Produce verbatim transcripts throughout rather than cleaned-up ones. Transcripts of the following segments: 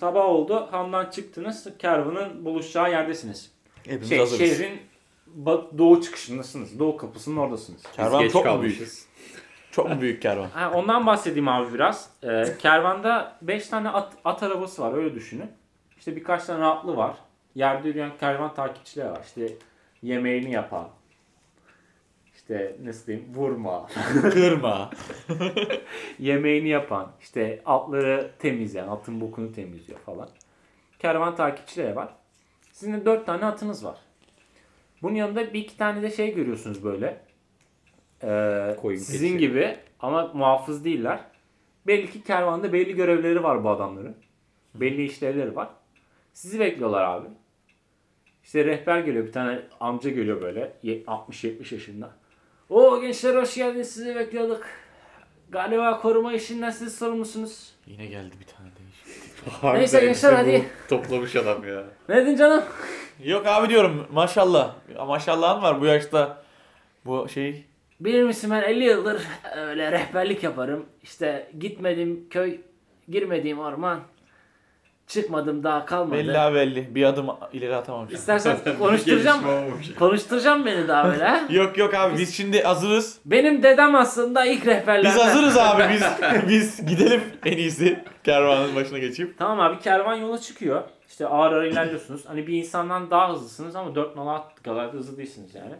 Sabah oldu. Hamdan çıktınız. Kervanın buluşacağı yerdesiniz. Hepimiz şey, hazırız. şehrin doğu çıkışındasınız. Doğu kapısının oradasınız. Kervan çok mu büyük? Çok mu büyük kervan? Ha, ondan bahsedeyim abi biraz. Ee, kervanda beş tane at, at arabası var, öyle düşünün. İşte birkaç tane atlı var. Yerde yürüyen kervan takipçileri var. İşte yemeğini yapan. İşte nasıl diyeyim, vurma. Kırma. Yemeğini yapan. İşte atları temizleyen, atın bokunu temizliyor falan. Kervan takipçileri var. Sizin de dört tane atınız var. Bunun yanında bir iki tane de şey görüyorsunuz böyle. Ee, sizin keçi gibi ama muhafız değiller. Belli ki kervanda belli görevleri var bu adamların. Belli işlevleri var. Sizi bekliyorlar abi. İşte rehber geliyor, bir tane amca geliyor böyle altmış yetmiş yaşında. O gençler hoş geldiniz, sizi bekliyorduk. Galiba koruma işinden siz sorumlusunuz. Yine geldi bir tane değişik. Neyse gençler hadi. Toplamış adam ya. Ne dedin canım? Yok abi diyorum maşallah. Maşallahın var bu yaşta. Bu şey... Bilir misin, ben elli yıldır öyle rehberlik yaparım. İşte gitmedim köy, girmediğim orman. Çıkmadım daha kalmadı. Belli abi belli. Bir adım ileri atamamışım. İstersen konuşturacağım. konuşturacağım beni daha böyle ha. Yok yok abi biz şimdi hazırız. Benim dedem aslında ilk rehberlerden. Biz hazırız abi biz biz gidelim en iyisi. Kervanın başına geçeyim. Tamam abi, kervan yola çıkıyor. İşte ağır ağır ilerliyorsunuz. Hani bir insandan daha hızlısınız ama dört nala at kadar da hızlı değilsiniz yani.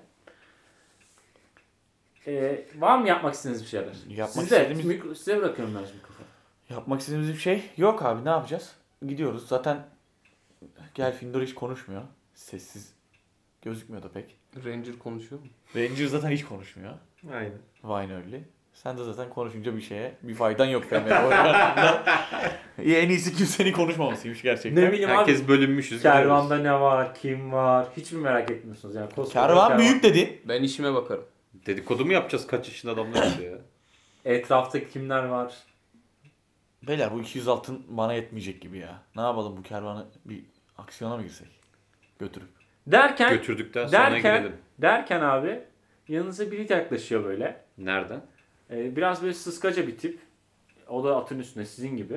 Ee, var mı yapmak istediğiniz bir şeyler? Yapmak size, istediğimiz... mikro, size bırakıyorum ben mikrofonu. Yapmak istediğimiz bir şey yok abi, ne yapacağız? Gidiyoruz zaten. Gelfindor hiç konuşmuyor. Sessiz gözükmüyor da pek. Ranger konuşuyor mu? Ranger zaten hiç konuşmuyor. Aynen. Vine öyle. Sen de zaten konuşunca bir şeye bir faydan yok Fenler. En iyisi kimsenin konuşmamasıymış gerçekten. Ne bileyim Herkes abi, bölünmüşüz. kervanda ne var, kim var, hiç mi merak etmiyorsunuz yani? Koskoca Kervan, kervan büyük dedi. Ben işime bakarım. Dedikodu mu yapacağız kaç yaşında adamlar ya? Etrafta kimler var? Beyler bu iki yüz altın bana yetmeyecek gibi ya. Ne yapalım, bu kervanı bir aksiyona mı girsek? Götürüp. Derken, Götürdükten sonra derken, girelim. Derken abi yanınıza biri yaklaşıyor böyle. Nereden? Ee, biraz böyle sıskaca bir tip. O da atın üstünde sizin gibi.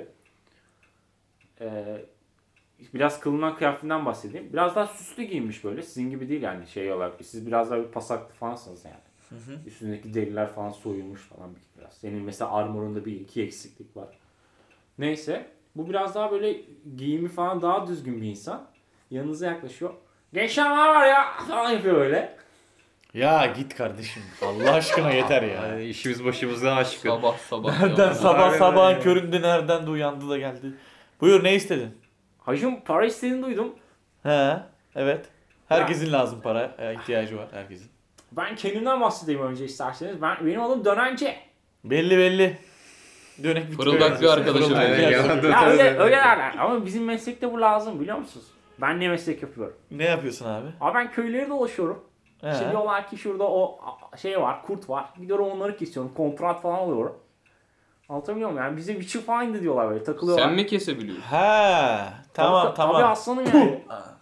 Ee, biraz kılınan kıyafetinden bahsedeyim. Biraz daha süslü giyinmiş böyle. Sizin gibi değil yani şey olarak. Siz biraz daha bir pasaklı falansınız yani. Hı hı. Üstündeki deriler falan soyulmuş falan biraz. Senin mesela armorunda bir iki eksiklik var. Neyse. Bu biraz daha böyle giyimi falan daha düzgün bir insan. Yanınıza yaklaşıyor. Gençler ne var ya? Falan yapıyor böyle. Ya git kardeşim. Allah aşkına yeter ya. Yani işimiz başımıza aşkın. Sabah sabah. Nereden ya. sabah sabahın köründe nereden de uyandı da geldi. Buyur, ne istedin? Hacım para istediğini duydum. He, evet. Herkesin lazım para. ihtiyacı var herkesin. Ben kendimden bahsedeyim önce isterseniz. Ben benim adım Dönence. Belli belli. Dönek bir Fırıldak bir arkadaşım. Aynen, ya. ya. Ya öyle, öyle derler ama bizim meslekte bu lazım, biliyor musunuz? Ben ne meslek yapıyorum? Ne yapıyorsun abi? Abi ben köyleri dolaşıyorum. He. Şimdi diyorlar ki şurada o şey var, kurt var. Gidiyorum onları kesiyorum. Kontrat falan alıyorum. Anlatabiliyor muyum? Yani bize Witcher falan diyorlar böyle, takılıyorlar. Sen mi kesebiliyorsun? Ha, tamam tabii, tamam. Tabii aslanım yani.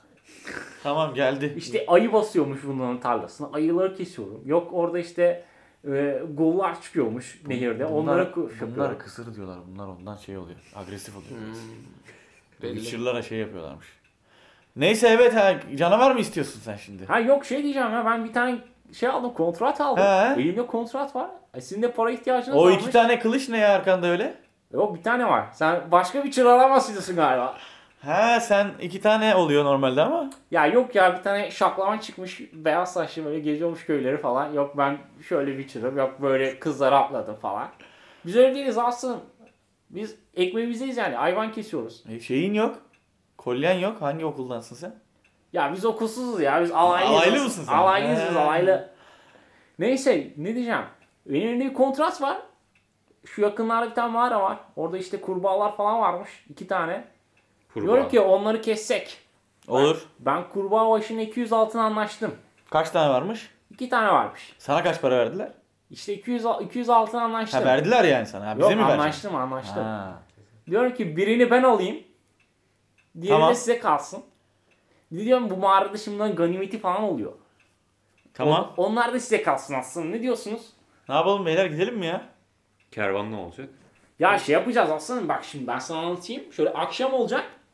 Tamam geldi. İşte ayı basıyormuş bunların tarlasına. Ayıları kesiyorum. Yok orada işte e, gollar çıkıyormuş nehirde. Bunlar, Onlara bunlar kısır diyorlar. Bunlar ondan şey oluyor. Agresif oluyor. Hmm. Witcher'lara şey yapıyorlarmış. Neyse evet, ha, canavar mı istiyorsun sen şimdi? Ha yok, şey diyeceğim ya, ben bir tane şey aldım, kontrat aldım. He. Elimde kontrat var. E, sizin de para ihtiyacınız O varmış. iki tane kılıç ne ya arkanda öyle? Yok, bir tane var. Sen başka bir çırağdan bahsediyorsun galiba. Ha, sen iki tane oluyor normalde ama. Ya yok ya, bir tane şaklaman çıkmış, beyaz saçlı böyle geziyormuş köyleri falan. Yok ben şöyle bir çırağım, yok böyle kızlara atladım falan. Biz öyle değiliz aslında. Biz ekmeğimizdeyiz yani, hayvan kesiyoruz. E, şeyin yok. Kolyen yok. Hangi okuldansın sen? Ya biz okulsuzuz ya, biz alaylıyız. Alaylı mısın sen? Alaylıyız biz, He. alaylı. Neyse, ne diyeceğim. Benim elimde bir kontrat var. Şu yakınlarda bir tane mağara var. Orada işte kurbağalar falan varmış. iki tane. Kurbağa. Diyorum ki onları kessek. Olur. Ben, ben kurbağa başına iki yüz altın anlaştım. Kaç tane varmış? iki tane varmış. Sana kaç para verdiler? İşte iki yüz, iki yüz altın anlaştım. Ha, verdiler yani sana. Ha, bize Yok, mi vereceksin? anlaştım anlaştım. Ha. Diyorum ki birini ben alayım. Diğeri Tamam. de size kalsın. Diyorum bu mağarada şimdi ganimeti falan oluyor. Tamam. O, onlar da size kalsın aslında. Ne diyorsunuz? Ne yapalım beyler, gidelim mi ya? Kervan ne olacak? Ya şey yapacağız aslında, bak şimdi ben sana anlatayım. Şöyle akşam olacak.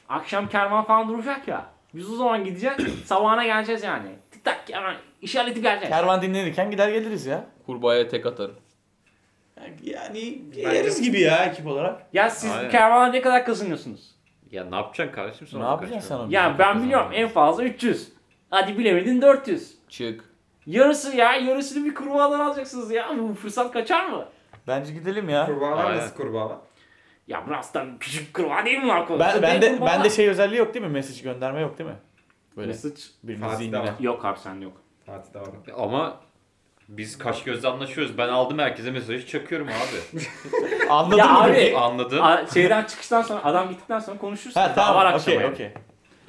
Akşam kervan falan duracak ya. Biz o zaman gideceğiz. Sabahına geleceğiz yani. Tık tak hemen işaretip geleceğiz. Kervan dinlenirken gider geliriz ya. Kurbağaya tek atarım. Yani yeriz gibi ya ekip olarak. Ya siz Aynen. bu kervana ne kadar kazanıyorsunuz? Ya ne yapacaksın kardeşim sonra? Ne yapacaksın sen onu? Ya ben biliyorum en fazla üç yüz. Hadi bilemedin dört yüz. Çık. Yarısı ya yarısını bir kurbağadan alacaksınız ya. Bu fırsat kaçar mı? Bence gidelim ya. Kurbağalar Aynen. nasıl kurbağalar? Ya Brass'tan küçük kurbağa değil mi lan? Ben, ben de ben de şey özelliği yok değil mi? Mesaj gönderme yok değil mi? Böyle Mesaj birinin Fatih'te zihnine. var. yok abi sende yok. Fatih'te var. Ama biz kaş gözle anlaşıyoruz. Ben aldım herkese mesajı çakıyorum abi. Anladın Ya mı abi, peki? Anladın? A- şeyden çıkıştan sonra adam gittikten sonra konuşursun. Ha Daha var tamam akşama okey yani. okey.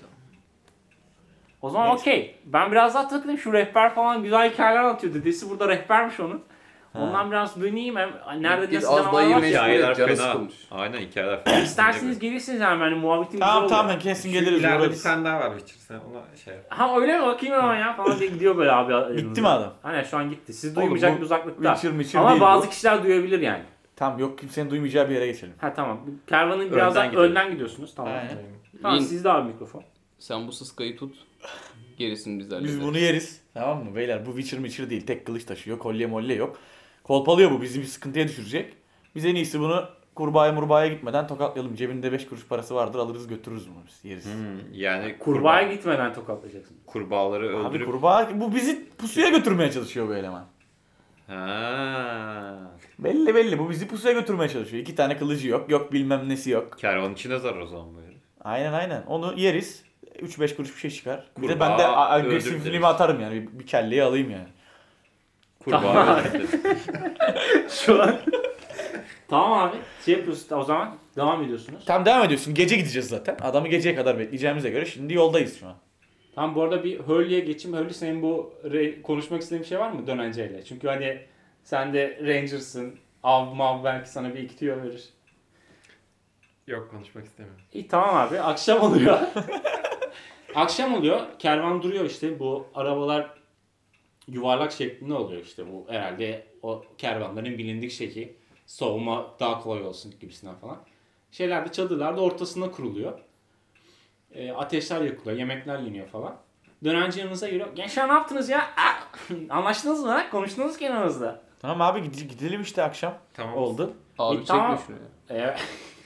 O zaman okey. Ben biraz daha takılayım. Şu rehber falan güzel hikayeler anlatıyor. Dedesi burada rehbermiş onun. Ondan biraz döneyim. Hem nerede Git nasıl az canavar dayı var. meşgul Hikayeler et, canı fena. sıkılmış. Aynen hikayeler fena. İsterseniz gelirsiniz yani. Hani muhabbetim Tamam güzel oluyor. tamam kesin Şu geliriz ileride bir uğrarız. tane daha var Witcher. Sen ona şey yap. Ha öyle mi? Bakayım hemen ya falan diye gidiyor böyle abi. Gitti mi adam? Hani şu an gitti. Siz Oğlum, duymayacak bu bir uzaklıkta. Witcher Witcher Ama değil bazı bu. kişiler duyabilir yani. Tamam yok kimsenin duymayacağı bir yere geçelim. Ha tamam. Kervanın biraz daha gidiyoruz. önden gidiyorsunuz. Tamam. Aynen. Tamam İn. sizde abi mikrofon. Sen bu sıskayı tut. Gerisini biz Biz hallederiz. bunu yeriz. Tamam mı beyler? Bu Witcher Witcher değil. Tek kılıç taşıyor. Kolye molle yok. Kolpalıyor bu. Bizi bir sıkıntıya düşürecek. Biz en iyisi bunu kurbağaya murbağaya gitmeden tokatlayalım. Cebinde beş kuruş parası vardır. Alırız götürürüz bunu biz. Yeriz. Hmm, yani Kurbağaya gitmeden tokatlayacaksın. kurbağaları Abi öldürüp... kurbağa bu bizi pusuya götürmeye çalışıyor bu eleman. Ha. Belli belli bu bizi pusuya götürmeye çalışıyor. İki tane kılıcı yok. Yok bilmem nesi yok. Kervan içine zarar o zaman böyle. Aynen aynen. Onu yeriz. üç beş kuruş bir şey çıkar. Bir de Kurbağa ben de a- öldür agresifliğimi deriz. atarım yani. Bir, bir kelleyi alayım yani. Kurbağa öldürür. Şu an. Tamam abi. Şey yapıyorsun o zaman. Devam ediyorsunuz. Tamam devam ediyorsun. Gece gideceğiz zaten. Adamı geceye kadar bekleyeceğimize göre şimdi yoldayız şu an. Tamam bu arada bir Hurley'e geçeyim. Hurley senin bu re- konuşmak istediğin bir şey var mı Dönence'yle? Çünkü hani sen de Ranger'sın. Av mav belki sana bir iki tüyo verir. Yok konuşmak istemiyorum. İyi tamam abi. Akşam oluyor. Akşam oluyor. Kervan duruyor işte. Bu arabalar yuvarlak şeklinde oluyor işte. Bu herhalde o kervanların bilindik şekli. Soğuma daha kolay olsun gibisinden falan. Şeyler de çadırlar da ortasında kuruluyor. E, ateşler yakılıyor. Yemekler yeniyor falan. Dönenci yanınıza geliyor. Gençler ne yaptınız ya? Aa! Anlaştınız mı? Konuştunuz ki yanınızda. Tamam abi gide- gidelim işte akşam. Tamam. Oldu. Abi E, çekme tamam. şunu ya. Evet.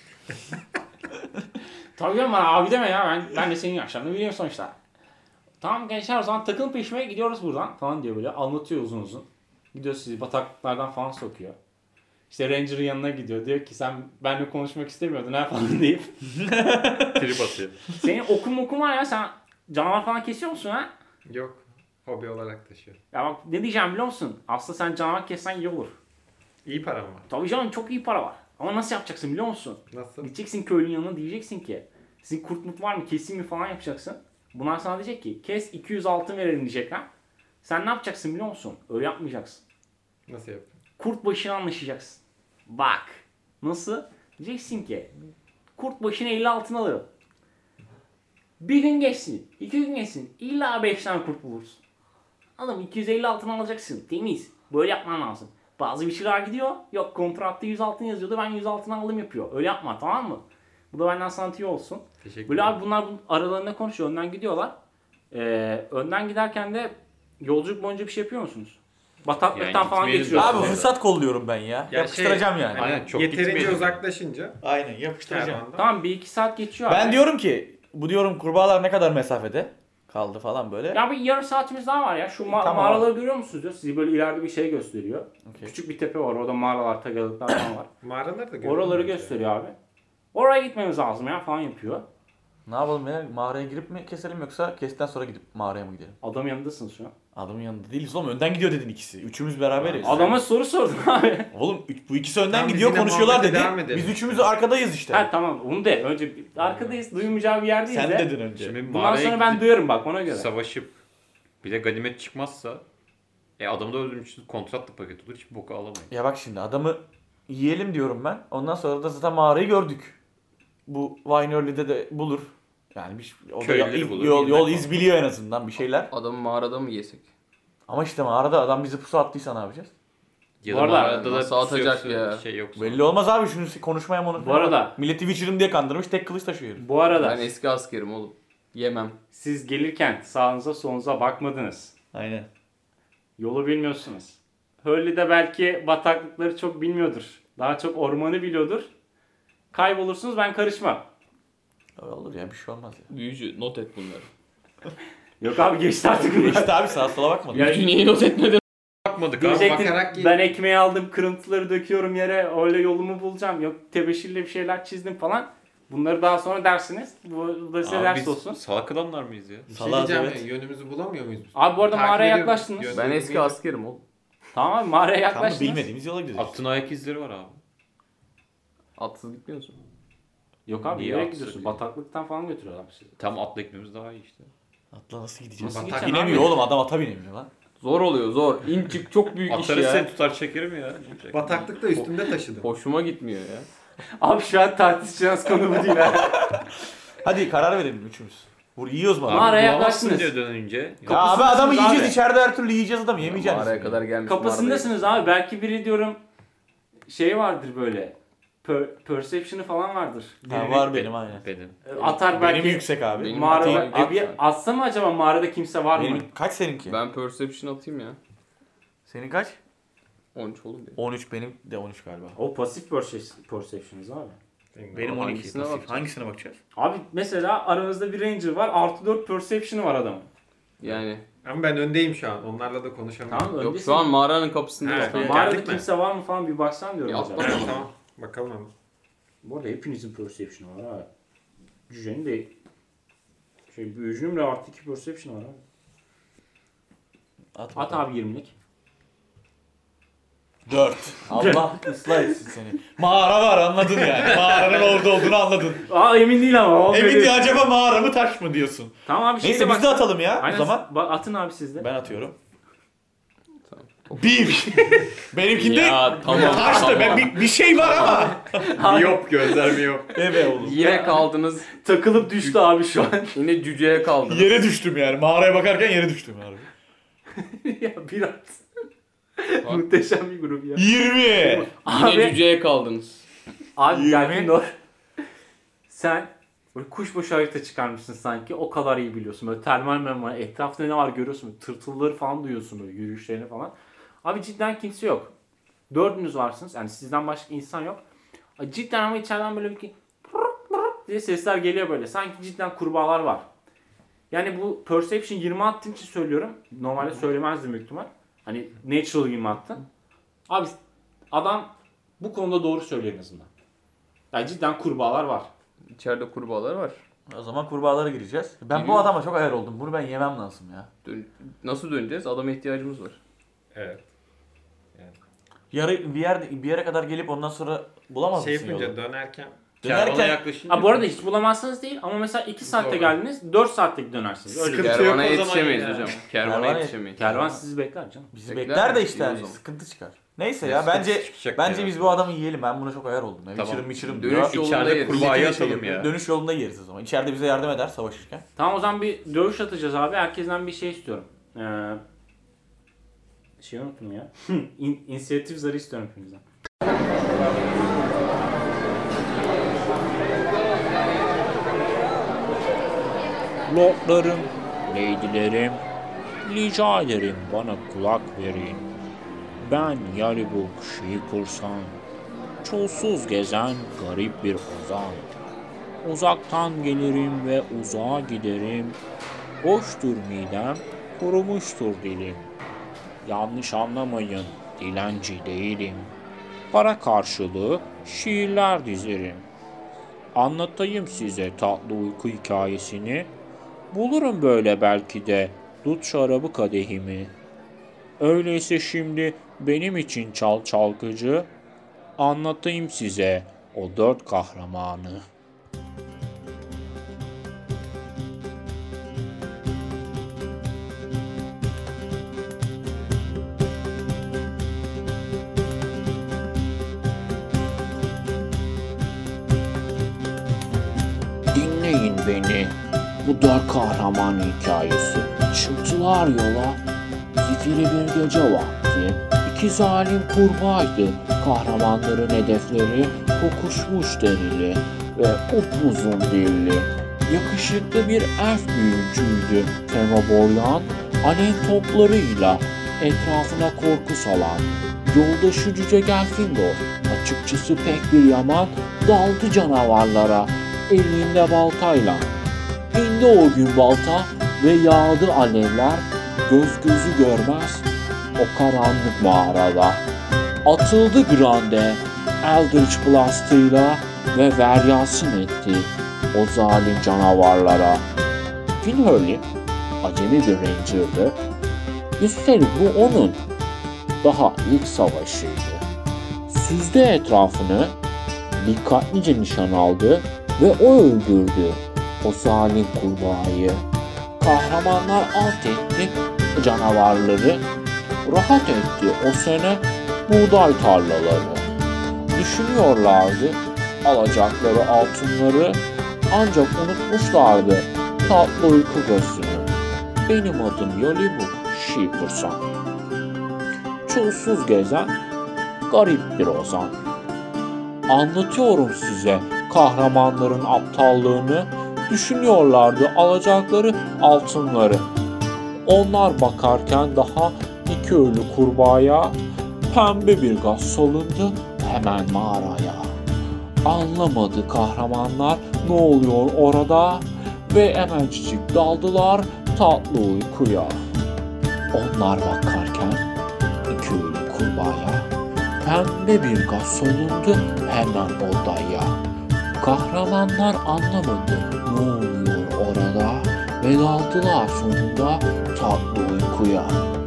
Tabii canım bana abi deme ya. Ben, ben de senin yaşlarını biliyorum sonuçta. Tamam gençler o zaman takılın peşime gidiyoruz buradan falan diyor böyle. Anlatıyor uzun uzun. Gidiyor sizi bataklıklardan falan sokuyor. İşte Ranger'ın yanına gidiyor. Diyor ki sen benimle konuşmak istemiyordun ha falan deyip. Trip atıyor. Senin okun okun var ya sen canavar falan kesiyor musun ha? Yok. Hobi olarak taşıyor. Ya bak ne diyeceğim biliyor musun? Aslında sen canavar kessen iyi olur. İyi param var. Tabii canım çok iyi para var. Ama nasıl yapacaksın biliyor musun? Nasıl? Gideceksin köylünün yanına diyeceksin ki sizin kurt mut var mı keseyim mi falan yapacaksın. Bunlar sana diyecek ki kes iki yüz altın verelim diyecekler. Sen ne yapacaksın biliyor musun? Öyle yapmayacaksın. Nasıl yapayım? Kurt başına anlaşacaksın. Bak. Nasıl? Diyeceksin ki kurt başına elli altın alırım. Bir gün geçsin. iki gün geçsin. İlla beş tane kurt bulursun. Adam iki yüz elli altın alacaksın. Temiz. Böyle yapman lazım. Bazı bir şeyler gidiyor. Yok kontratta yüz altın yazıyordu. Ben yüz altın aldım yapıyor. Öyle yapma tamam mı? Bu da benden sana tüyo olsun. Teşekkür Böyle ederim. abi bunlar aralarında konuşuyor. Önden gidiyorlar. Ee, önden giderken de yolculuk boyunca bir şey yapıyor musunuz? Bataklıktan Yani falan gitmeyelim geçiyorsunuz. Abi Doğru. fırsat kolluyorum ben ya. Ya Yapıştıracağım şey, yani. hani Aynen, çok yeterince gitmeyelim. uzaklaşınca Aynen yapıştıracağım. kervanda. Tamam bir iki saat geçiyor abi. Ben diyorum ki bu diyorum kurbağalar ne kadar mesafede kaldı falan böyle. Ya bir yarım saatimiz daha var ya. Şu ma- Tamam. mağaraları görüyor musunuz diyor. Sizi böyle ileride bir şey gösteriyor. Okey. Küçük bir tepe var. Orada mağaralar, tagalıklar falan var. Mağaraları da görüyorum. Oraları gösteriyor abi. Oraya gitmemiz lazım ya falan yapıyor. Ne yapalım beyler? Mağaraya girip mi keselim yoksa kesten sonra gidip mağaraya mı gidelim? Adam yanındasınız şu an. Adamın yanında değiliz oğlum. Önden gidiyor dedin ikisi. Üçümüz beraberiz. Adama soru sordum abi. Oğlum üç- bu ikisi önden Tamam, biz gidiyor yine konuşuyorlar muhabbete dedi. devam edelim. Biz üçümüz arkadayız işte. Ha tamam onu de. Önce bir- arkadayız. Duymayacağı bir yerdeyiz Sen de. dedin önce. Şimdi Bundan mağaraya sonra ben gidip duyarım bak ona göre. savaşıp bir de ganimet çıkmazsa e adamı da öldürmüşsün kontratlı paket olur hiçbir boka alamayız. Ya bak şimdi adamı yiyelim diyorum ben. Ondan sonra da zaten mağarayı gördük. Bu Wine Early'de de bulur. Yani bir, o da Köylüleri yol, bulur, yol, yol yemek iz biliyor en azından bir şeyler. Adamı mağarada mı yesek? Ama işte mağarada adam bizi pusu attıysa ne yapacağız? Ya Bu da arada arada da nasıl atacak pusu yoksa ya? Şey yoksa. Belli olmaz abi şunu konuşmaya onu. Bu arada- Milleti Witcher'ım diye kandırmış tek kılıç taşıyor. herif. Bu arada Ben eski askerim oğlum. Yemem. siz gelirken sağınıza solunuza bakmadınız. Aynen. Yolu bilmiyorsunuz. Hurley de belki bataklıkları çok bilmiyordur. Daha çok ormanı biliyordur. Kaybolursunuz, ben karışmam. Öyle olur ya bir şey olmaz ya. Büyücü not et bunları. Yok abi, geçti artık bunlar. İşte abi sağa sola bakmadım. Ya- Büyücü niye not etmedin? Bakmadık abi. Diyecektin, bakarak gel- ben ekmeği aldım, kırıntıları döküyorum yere, öyle yolumu bulacağım. Yok tebeşirle bir şeyler çizdim falan. Bunları daha sonra dersiniz. Bu da size Abi ders biz olsun. salak adamlar mıyız ya? Bir şey Salaz, diyeceğim evet. ya, yönümüzü bulamıyor muyuz? biz? Abi bu arada Takip mağaraya ediyor muyuz? yaklaştınız. Yön- Ben eski askerim oğlum. Tamam abi, mağaraya Tam da yaklaştınız. bilmediğimiz yola gidiyoruz. Atın ayak izleri var abi. Atsız gitmiyorsun. Yok abi, Niye nereye atsın gidiyorsun? ya? Bataklıktan falan götürüyorlar sizi. Tam atla gitmemiz daha iyi işte. Atla nasıl gideceğiz? Nasıl Batak gideceksin Binemiyor abi? oğlum adam ata binemiyor lan. Zor oluyor zor. İn çık çok büyük iş Atarız ya. seni tutar çekerim ya. Bataklıkta üstümde taşıdım. Hoşuma gitmiyor ya. Abi şu an tartışacağınız konu bu değil ha. Hadi karar verelim üçümüz. Vur yiyoruz mu Abi adamı? Mağaraya bulamazsın yaklaştınız. diye dönünce. Ya abi Kapısındasınız adamı yiyeceğiz abi. içeride her türlü yiyeceğiz adamı yemeyeceğiz. Mağaraya kadar gelmiş. Kapısındasınız abi. Belki biri diyorum şey vardır böyle. Per, perception'ı falan vardır. Ha, var benim aynen. Benim. Atar belki. Benim yüksek abi. Benim Mağara, atayım. e, bir atsa mı acaba mağarada kimse var mı? Benim kaç seninki? Ben perception atayım ya. Senin kaç? on üç oğlum benim. on üç benim de on üç galiba. O pasif perce- perception'ız abi. Benim on iki. Hangisine Pasif. bakacağız? Hangisine bakacağız? Abi mesela aranızda bir ranger var. Artı dört perception'ı var adamın. Yani Ama ben öndeyim şu an. Onlarla da konuşamıyorum. Tamam, yok öndesin. şu an mağaranın kapısındayız. Ha, Tamam. tamam. Mağarada Geldik mi? kimse var mı falan bir baksan diyorum Ya acaba. atla. Evet, tamam. Bakalım ama. Bu arada hepinizin perception'ı var ha. Cücenin de şey, büyücünün de artı iki perception'ı var abi. At, At bakalım. abi yirmilik. dört. Allah ıslah etsin seni. Mağara var anladın yani. Mağaranın orada olduğunu anladın. Aa emin değil ama. o Emin böyle- diye acaba mağara mı taş mı diyorsun? Tamam abi şey Neyse biz de atalım ya Aynen, o zaman. ba- atın abi siz de. Ben atıyorum. Tamam. Bir. Benimkinde Ya tamam. taş da tamam. ben bir, bir şey var ama. Miyop gözler miyop. Evet oğlum. Yine kaldınız. Takılıp düştü abi şu an. Yine cüceye kaldınız. Yere düştüm yani. Mağaraya bakarken yere düştüm yani. Ya bir at. Muhteşem bir grup ya. yirmi. Yine Abi, cüceye kaldınız. abi Yirmi. Delfinor. Sen böyle kuşbaşı harita çıkarmışsın sanki. O kadar iyi biliyorsun. Böyle termal memar. Etrafta ne var görüyorsun. Böyle tırtılları falan duyuyorsun böyle yürüyüşlerini falan. Abi cidden kimse yok. Dördünüz varsınız. Yani sizden başka insan yok. Cidden ama içeriden böyle bir diye sesler geliyor böyle. Sanki cidden kurbağalar var. Yani bu perception yirmi attığım için söylüyorum. Normalde söylemezdim büyük ihtimal. Hani natural yirmi attın. Abi adam bu konuda doğru söylüyor en azından. Yani cidden kurbağalar var. İçeride kurbağalar var. O zaman kurbağalara gireceğiz. Ben bu Giriyor. adama çok ayar oldum. Bunu ben yemem lazım ya. Dön- Nasıl döneceğiz? Adama ihtiyacımız var. Evet. Yarı bir yerde bir yere kadar gelip ondan sonra bulamaz Şey mısın yapınca yolu? dönerken Kervana Dönerken yaklaşınca. Ha, bu arada hiç bulamazsınız değil ama mesela iki saatte Zor. geldiniz dört saatte dönersiniz. Öyle Sıkıntı bir- yok Kervana o zaman yetişemeyiz ya. hocam. Kervana Kervana- yetişemeyiz. Kervan sizi bekler canım. bizi Bekler bekler de mi? işte İyi o hani zaman. sıkıntı çıkar. Neyse Ne ya sıkıntı bence çıkacak bence ya? biz bu adamı yiyelim. Ben buna çok ayar oldum. Ya. Tamam. Viçir'im viçir'im Dönüş diyor. yolunda İçeride yeriz. kurbağayı Milleti şey atalım yapıyor. ya. Dönüş yolunda yeriz o zaman. İçeride bize yardım eder savaşırken. Tamam o zaman bir dövüş atacağız abi. Herkesten bir şey istiyorum. Ee, şey unuttum ya. İn, inisiyatif zarı istiyorum hepinizden. Lordlarım, leydilerim, rica ederim bana kulak verin. Ben Yaribuk Şii Kursan, çulsuz gezen garip bir ozan. Uzaktan gelirim ve uzağa giderim. Boştur midem, kurumuştur dilim. Yanlış anlamayın, dilenci değilim. Para karşılığı şiirler dizerim. Anlatayım size tatlı uyku hikayesini. Bulurum böyle belki de dut şarabı kadehimi. Öyleyse şimdi benim için çal çalgıcı. Anlatayım size o dört kahramanı. Dinleyin beni. Bu dört kahraman hikayesi. Çıktılar yola. Zifiri bir gece vakti. İki zalim kurbağaydı. Kahramanların hedefleri kokuşmuş derili ve upuzun dilli. Yakışıklı bir elf büyücüydü Femaboryan, alev toplarıyla etrafına korku salan. Yoldaşı Cüce Gelfindor, açıkçası pek bir yaman, daldı canavarlara elinde baltayla. İndi o gün balta ve yağdı alevler, göz gözü görmez o karanlık mağarada. Atıldı Grande Eldritch Blast'ıyla ve veryansın etti o zalim canavarlara. Finhurley acemi bir ranger'dı. Üstelik bu onun daha ilk savaşıydı. Süzdü etrafını, dikkatlice nişan aldı ve o öldürdü o zalim kurbağayı. Kahramanlar alt etti canavarları, rahat etti o sene buğday tarlaları. Düşünüyorlardı alacakları altınları, ancak unutmuşlardı tatlı uyku gözünü. Benim adım Yalibuk Sheeperson. Çulsuz gezen garip bir ozan. Anlatıyorum size kahramanların aptallığını, düşünüyorlardı alacakları altınları. Onlar bakarken daha iki ölü kurbağaya, pembe bir gaz solundu hemen mağaraya. Anlamadı kahramanlar ne oluyor orada ve hemencik daldılar tatlı uykuya. Onlar bakarken iki ölü kurbağaya, pembe bir gaz solundu hemen odaya. Kahramanlar anlamadı ne oluyor orada ve daldılar sonunda tatlı uykuya.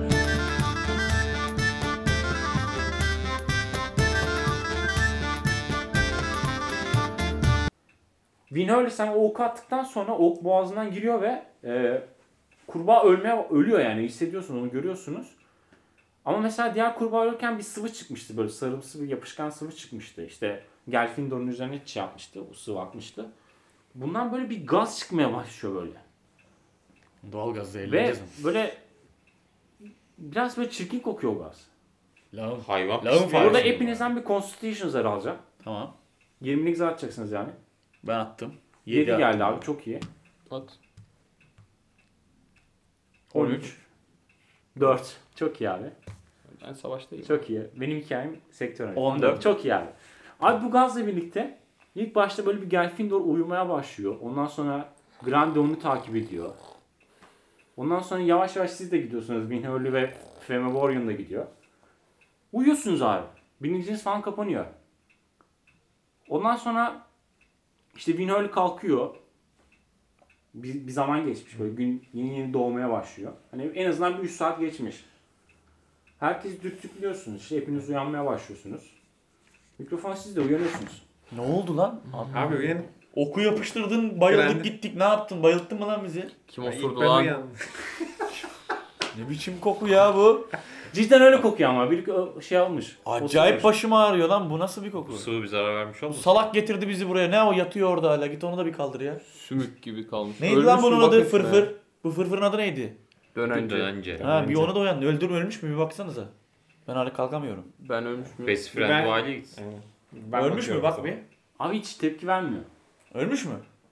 Vinhurley sen o oku attıktan sonra ok boğazından giriyor ve e, kurbağa ölmeye ölüyor yani, hissediyorsun onu, görüyorsunuz. Ama mesela diğer kurbağa ölürken bir sıvı çıkmıştı, böyle sarımsı bir yapışkan sıvı çıkmıştı. İşte Gelfindor'un üzerine şey yapmıştı, o sıvı atmıştı. Bundan böyle bir gaz çıkmaya başlıyor böyle. Doğalgaz Ve zehirleneceğiz. böyle biraz böyle çirkin kokuyor o gaz. Lağım. Hayvan Lağım pisliği. fare. Burada Aynen. hepinizden bir Constitution zarı alacağım. Tamam. yirmilik zar atacaksınız yani. Ben attım. yedi attım. geldi abi, çok iyi. At. on üç. dört. Çok iyi abi. Ben savaştayım. Çok iyi. Benim hikayem sektör. on dört. Çok iyi abi. Abi bu gazla birlikte ilk başta böyle bir Gelfindor uyumaya başlıyor. Ondan sonra Grande onu takip ediyor. Ondan sonra yavaş yavaş siz de gidiyorsunuz. Vinhurley ve Femaboryan da gidiyor. Uyuyorsunuz abi. Bilinciniz falan kapanıyor. Ondan sonra işte Vinhurley kalkıyor. Bir, bir zaman geçmiş, böyle gün yeni yeni doğmaya başlıyor. Hani en azından bir üç saat geçmiş. Herkes dürtüklüyorsunuz. İşte hepiniz uyanmaya başlıyorsunuz. Mikrofon siz de uyanıyorsunuz. Ne oldu lan? Abi uyan. Oku yapıştırdın, bayıldık Öğrendim. gittik. Ne yaptın? Bayılttın mı lan bizi? Kim İlk osurdu ben lan? uyandım. Ne biçim koku ya bu? Cidden öyle kokuyor ama bir şey almış. Acayip Oturmuş. başım ağrıyor lan. Bu nasıl bir koku? Bu sıvı bir zarar vermiş Bu olmasın? salak getirdi bizi buraya. Ne o yatıyor orada hala. Git onu da bir kaldır ya. Sümük gibi kalmış. Neydi Ölmüş lan mü bunun bak adı? etme. Fırfır. Bu fırfırın adı neydi? Dönence. Dönence. Ha bir onu da uyandı. Öldür ölmüş mü bir baksanıza. Ben hala kalkamıyorum. Ben ölmüş mü? Best friend Ben- bu aile gitsin. Evet. Ben ölmüş mü bakıyorum o bak zaman. bir. Abi hiç tepki vermiyor. Ölmüş mü?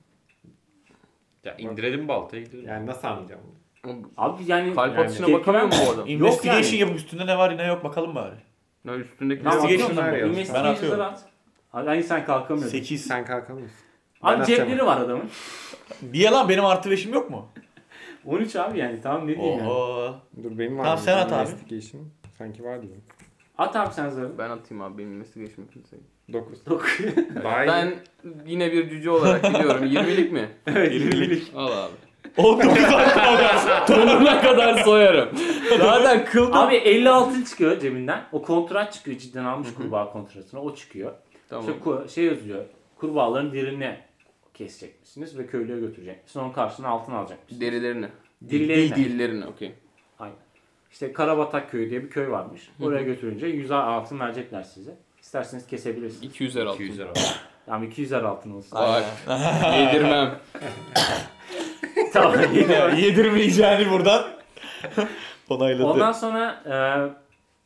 Ya indirelim baltayı gidelim. Yani nasıl anlayacağım? Abi yani Kalp Yani atışına tepki bakamıyor mu vermiyor. bu adam? Investigation yani. yapıp üstünde ne var ne yok bakalım bari. Ne üstündeki Tamam, Investigation atıyorum var ben. ya. Investigation Ben atıyorum. zarı at. Abi hani sen kalkamıyorsun. sekiz. Sen kalkamıyorsun. Abi Ben cepleri atıyorum. var adamın. Niye lan benim artı beşim yok mu? on üç abi yani, tamam ne diyeyim yani. Oho. Dur benim var. Tamam, mı? sen at abi. Investigation. Sanki vardı benim. At abi sen zarı. Ben atayım abi, benim investigation kimse. dokuz. Dokuz. Daha iyi. Ben yine bir cüce olarak gidiyorum. yirmilik mi? Evet, yirmilik. Al abi. Oğlum dokuz tane Sonuna kadar soyarım. Zaten kıldım. Abi elli altın çıkıyor cebinden. O kontrat çıkıyor, cidden almış kurbağa kontratını. O çıkıyor. Tamam. İşte ku- şey yazıyor. Kurbağaların derilerini kesecek misiniz ve köylüye götürecek misiniz? Onun karşılığında altın alacak mısınız? Derilerini. Derilerini. Dillerini okey. Aynen. İşte Karabatak köyü diye bir köy varmış. Oraya götürünce yüz altın verecekler size. İsterseniz kesebilirsiniz. iki yüzer altın. iki yüz lira. Tamam iki yüzer altın olsun. Vay. Yedirmem. Tamam. Yedirmeyeceğini buradan onayladı. Ondan sonra e,